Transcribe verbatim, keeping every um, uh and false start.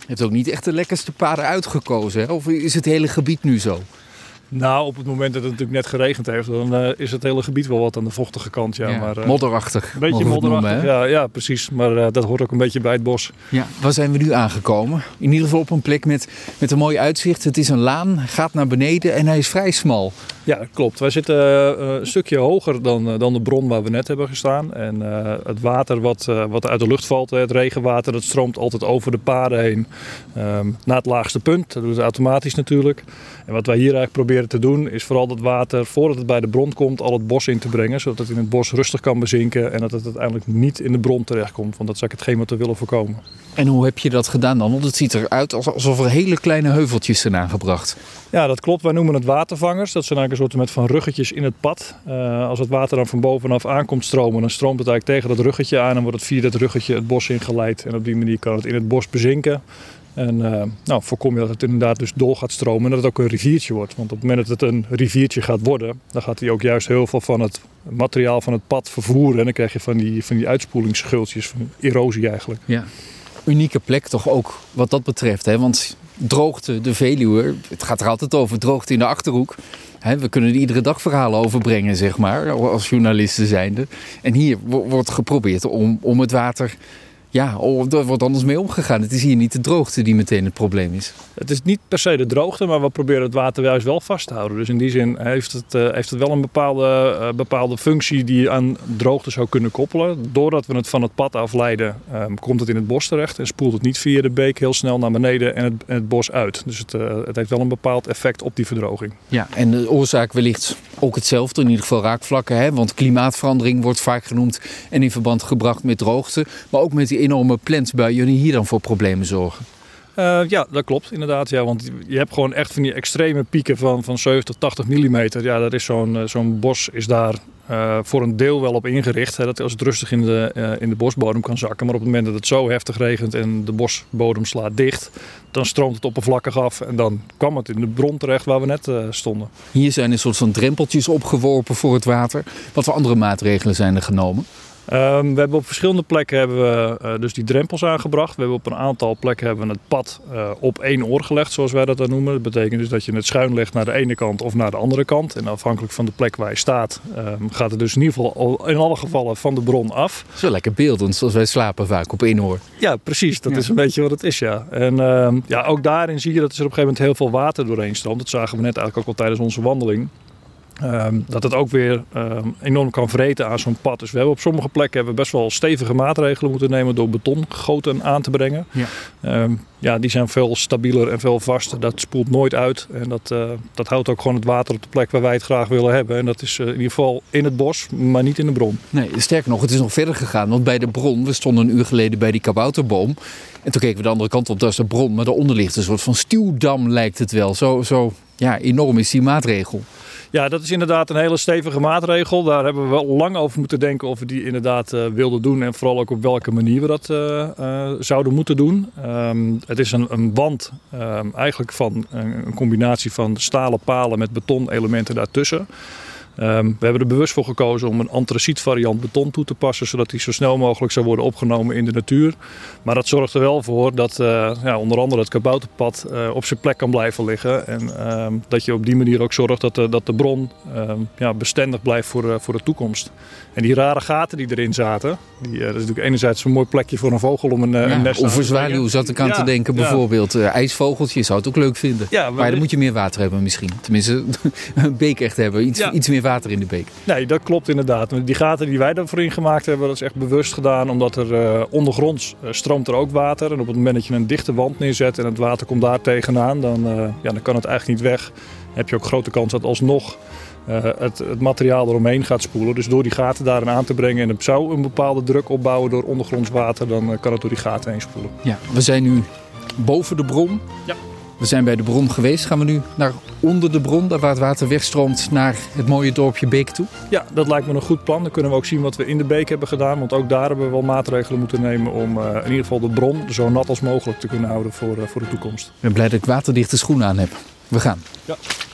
Je hebt ook niet echt de lekkerste paden uitgekozen, hè? Of is het hele gebied nu zo? Nou, op het moment dat het natuurlijk net geregend heeft, dan uh, is het hele gebied wel wat aan de vochtige kant. Ja, Ja, maar, uh, modderachtig. Een beetje modderachtig, noemen, ja, ja, precies. Maar uh, dat hoort ook een beetje bij het bos. Ja, waar zijn we nu aangekomen? In ieder geval op een plek met, met een mooi uitzicht. Het is een laan, gaat naar beneden en hij is vrij smal. Ja, klopt. Wij zitten uh, een stukje hoger dan, uh, dan de bron waar we net hebben gestaan. En uh, het water wat, uh, wat uit de lucht valt, het regenwater, dat stroomt altijd over de paden heen. Um, naar het laagste punt, dat doet het automatisch natuurlijk. En wat wij hier eigenlijk proberen te doen, is vooral dat water, voordat het bij de bron komt, al het bos in te brengen. Zodat het in het bos rustig kan bezinken en dat het uiteindelijk niet in de bron terechtkomt. Want dat is eigenlijk hetgeen wat we willen voorkomen. En hoe heb je dat gedaan dan? Want het ziet eruit alsof er hele kleine heuveltjes zijn aangebracht. Ja, dat klopt. Wij noemen het watervangers. Dat zijn eigenlijk een soort met van ruggetjes in het pad. Uh, als het water dan van bovenaf aankomt stromen, dan stroomt het eigenlijk tegen dat ruggetje aan en wordt het via dat ruggetje het bos ingeleid. En op die manier kan het in het bos bezinken. En uh, nou, voorkom je dat het inderdaad dus door gaat stromen en dat het ook een riviertje wordt. Want op het moment dat het een riviertje gaat worden, dan gaat hij ook juist heel veel van het materiaal van het pad vervoeren. En dan krijg je van die, van die uitspoelingsschultjes, van erosie eigenlijk. Ja, unieke plek toch ook wat dat betreft, hè? Want droogte, de Veluwe, het gaat er altijd over, droogte in de Achterhoek. He, we kunnen er iedere dag verhalen over brengen, zeg maar, als journalisten zijnde. En hier wordt geprobeerd om, om het water... Ja, er wordt anders mee omgegaan. Het is hier niet de droogte die meteen het probleem is. Het is niet per se de droogte, maar we proberen het water juist wel vast te houden. Dus in die zin heeft het, uh, heeft het wel een bepaalde, uh, bepaalde functie die je aan droogte zou kunnen koppelen. Doordat we het van het pad afleiden, um, komt het in het bos terecht en spoelt het niet via de beek heel snel naar beneden en het, en het bos uit. Dus het, uh, het heeft wel een bepaald effect op die verdroging. Ja, en de oorzaak wellicht ook hetzelfde, in ieder geval raakvlakken. Hè? Want klimaatverandering wordt vaak genoemd en in verband gebracht met droogte. Maar ook met die enorme plantbuien die hier dan voor problemen zorgen. Uh, ja, dat klopt inderdaad. Ja, want je hebt gewoon echt van die extreme pieken van, van zeventig, tachtig millimeter. Ja, dat is zo'n, uh, zo'n bos is daar uh, voor een deel wel op ingericht. Hè, dat als het rustig in de, uh, in de bosbodem kan zakken. Maar op het moment dat het zo heftig regent en de bosbodem slaat dicht, dan stroomt het oppervlakkig af. En dan kwam het in de bron terecht waar we net uh, stonden. Hier zijn een soort van drempeltjes opgeworpen voor het water. Wat voor andere maatregelen zijn er genomen? Um, we hebben op verschillende plekken hebben we uh, dus die drempels aangebracht. We hebben op een aantal plekken hebben we het pad uh, op één oor gelegd, zoals wij dat dan noemen. Dat betekent dus dat je het schuin legt naar de ene kant of naar de andere kant. En afhankelijk van de plek waar je staat, um, gaat het dus in ieder geval in alle gevallen van de bron af. Dat is wel lekker beeldend, zoals wij slapen vaak op één oor. Ja, precies. Dat ja. is een beetje wat het is, ja. En um, ja, ook daarin zie je dat er op een gegeven moment heel veel water doorheen stroomt. Dat zagen we net eigenlijk ook al tijdens onze wandeling. Um, dat het ook weer um, enorm kan vreten aan zo'n pad. Dus we hebben op sommige plekken hebben we best wel stevige maatregelen moeten nemen door betongoten aan te brengen. Ja. Um, ja, die zijn veel stabieler en veel vaster. Dat spoelt nooit uit. En dat, uh, dat houdt ook gewoon het water op de plek waar wij het graag willen hebben. En dat is uh, in ieder geval in het bos, maar niet in de bron. Nee, sterker nog, het is nog verder gegaan. Want bij de bron, we stonden een uur geleden bij die kabouterboom. En toen keken we de andere kant op, dat is de bron. Maar daaronder ligt een soort van stuwdam, lijkt het wel. Zo, zo ja, enorm is die maatregel. Ja, dat is inderdaad een hele stevige maatregel. Daar hebben we wel lang over moeten denken of we die inderdaad uh, wilden doen. En vooral ook op welke manier we dat uh, uh, zouden moeten doen. Um, het is een, een wand um, eigenlijk van een combinatie van stalen palen met betonelementen daartussen. Um, we hebben er bewust voor gekozen om een antraciet variant beton toe te passen, zodat die zo snel mogelijk zou worden opgenomen in de natuur. Maar dat zorgt er wel voor dat uh, ja, onder andere het kabouterpad uh, op zijn plek kan blijven liggen. En um, dat je op die manier ook zorgt dat de, dat de bron um, ja, bestendig blijft voor, uh, voor de toekomst. En die rare gaten die erin zaten, die, uh, dat is natuurlijk enerzijds een mooi plekje voor een vogel om een, uh, ja, een nest aan te of een zwaluw zat ik aan ja, te denken, bijvoorbeeld. Ja. Uh, ijsvogeltje, je zou het ook leuk vinden. Ja, maar, maar dan moet je meer water hebben misschien. Tenminste, een beek echt hebben, iets, ja. iets meer water in de beek. Nee, dat klopt inderdaad. Die gaten die wij daarvoor in gemaakt hebben, dat is echt bewust gedaan. Omdat er uh, ondergronds uh, stroomt er ook water. En op het moment dat je een dichte wand neerzet en het water komt daar tegenaan, dan, uh, ja, dan kan het eigenlijk niet weg. Dan heb je ook grote kans dat alsnog uh, het, het materiaal eromheen gaat spoelen. Dus door die gaten daarin aan te brengen en het zou een bepaalde druk opbouwen door ondergronds water, dan uh, kan het door die gaten heen spoelen. Ja, we zijn nu boven de bron. Ja. We zijn bij de bron geweest. Gaan we nu naar onder de bron, daar waar het water wegstroomt, naar het mooie dorpje Beek toe? Ja, dat lijkt me een goed plan. Dan kunnen we ook zien wat we in de beek hebben gedaan. Want ook daar hebben we wel maatregelen moeten nemen om uh, in ieder geval de bron zo nat als mogelijk te kunnen houden voor, uh, voor de toekomst. Ik ben blij dat ik waterdichte schoenen aan heb. We gaan. Ja.